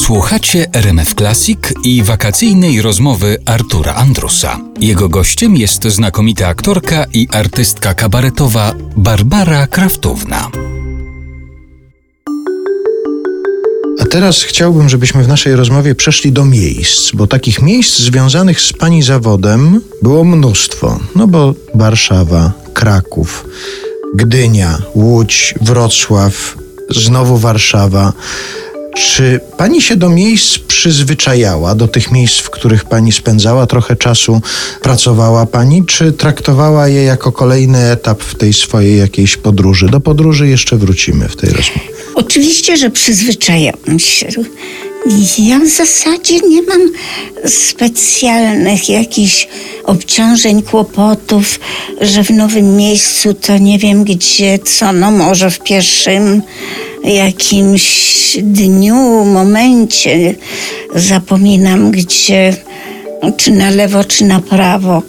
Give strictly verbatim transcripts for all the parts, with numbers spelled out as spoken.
Słuchacie R M F Classic i wakacyjnej rozmowy Artura Andrusa. Jego gościem jest znakomita aktorka i artystka kabaretowa Barbara Kraftówna. A teraz chciałbym, żebyśmy w naszej rozmowie przeszli do miejsc, bo takich miejsc związanych z pani zawodem było mnóstwo. No bo Warszawa, Kraków, Gdynia, Łódź, Wrocław, znowu Warszawa. Czy pani się do miejsc przyzwyczajała, do tych miejsc, w których pani spędzała trochę czasu, pracowała pani, czy traktowała je jako kolejny etap w tej swojej jakiejś podróży? Do podróży jeszcze wrócimy w tej rozmowie. Oczywiście, że przyzwyczajałam się. Ja w zasadzie nie mam specjalnych jakichś obciążeń, kłopotów, że w nowym miejscu to nie wiem gdzie, co, no może w pierwszym jakimś dniu, momencie zapominam gdzie, czy na lewo, czy na prawo.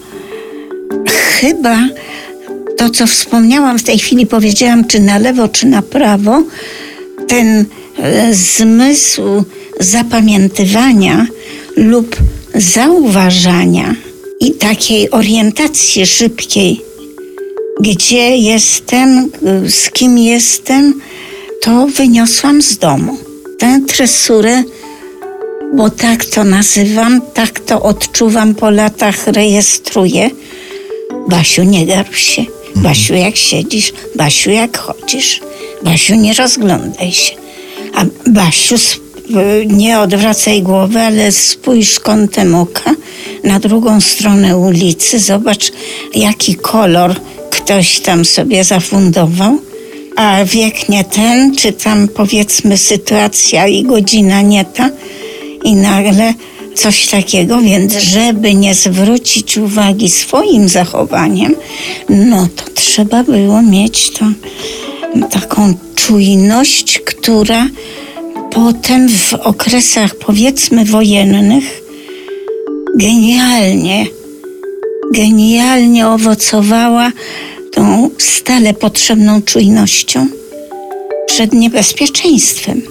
Chyba to, co wspomniałam w tej chwili, powiedziałam, czy na lewo, czy na prawo, ten zmysł zapamiętywania lub zauważania i takiej orientacji szybkiej, gdzie jestem, z kim jestem, to wyniosłam z domu. Tę tresurę, bo tak to nazywam, tak to odczuwam po latach, rejestruję. Basiu, nie garb się. Basiu, jak siedzisz. Basiu, jak chodzisz. Basiu, nie rozglądaj się. A Basiu, nie odwracaj głowy, ale spójrz kątem oka na drugą stronę ulicy. Zobacz, jaki kolor ktoś tam sobie zafundował. A wiek nie ten, czy tam powiedzmy sytuacja i godzina nie ta. I nagle coś takiego, więc żeby nie zwrócić uwagi swoim zachowaniem, no to trzeba było mieć to, taką czujność, która potem w okresach powiedzmy wojennych genialnie, genialnie owocowała tą stale potrzebną czujnością przed niebezpieczeństwem,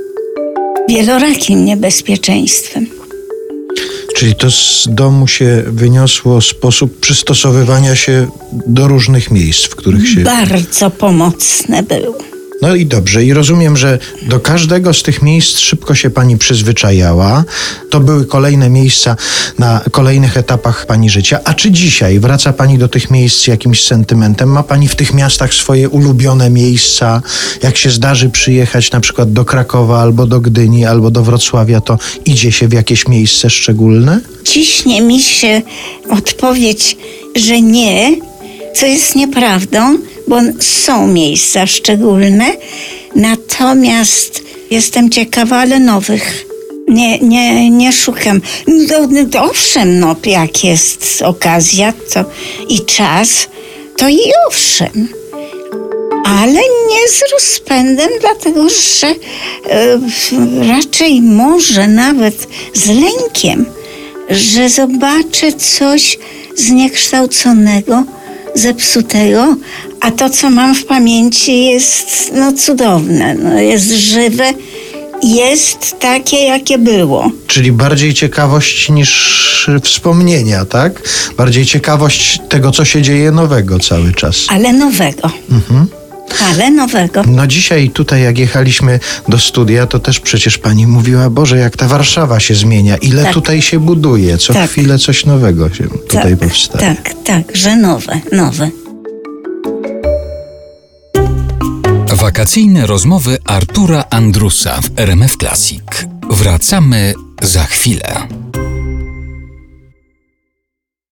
wielorakim niebezpieczeństwem. Czyli to z domu się wyniosło sposób przystosowywania się do różnych miejsc, w których się... Bardzo pomocne był. No i dobrze. I rozumiem, że do każdego z tych miejsc szybko się pani przyzwyczajała. To były kolejne miejsca na kolejnych etapach pani życia. A czy dzisiaj wraca pani do tych miejsc z jakimś sentymentem? Ma pani w tych miastach swoje ulubione miejsca? Jak się zdarzy przyjechać na przykład do Krakowa, albo do Gdyni, albo do Wrocławia, to idzie się w jakieś miejsce szczególne? Ciśnie mi się odpowiedź, że nie, co jest nieprawdą, bo są miejsca szczególne, natomiast jestem ciekawa, ale nowych. Nie, nie, nie szukam. No, no, owszem, no, jak jest okazja to i czas, to i owszem. Ale nie z rozpędem, dlatego że e, raczej może nawet z lękiem, że zobaczę coś zniekształconego, zepsutego, a to, co mam w pamięci, jest no, cudowne, no, jest żywe, jest takie, jakie było. Czyli bardziej ciekawość niż wspomnienia, tak? Bardziej ciekawość tego, co się dzieje nowego cały czas. Ale nowego. Mhm. Ale nowego. No dzisiaj tutaj, jak jechaliśmy do studia, to też przecież pani mówiła, Boże, jak ta Warszawa się zmienia, ile tak. tutaj się buduje, co tak. chwilę coś nowego się tutaj tak, powstaje. Tak, tak, że nowe, nowe. Wakacyjne rozmowy Artura Andrusa w R M F Classic. Wracamy za chwilę.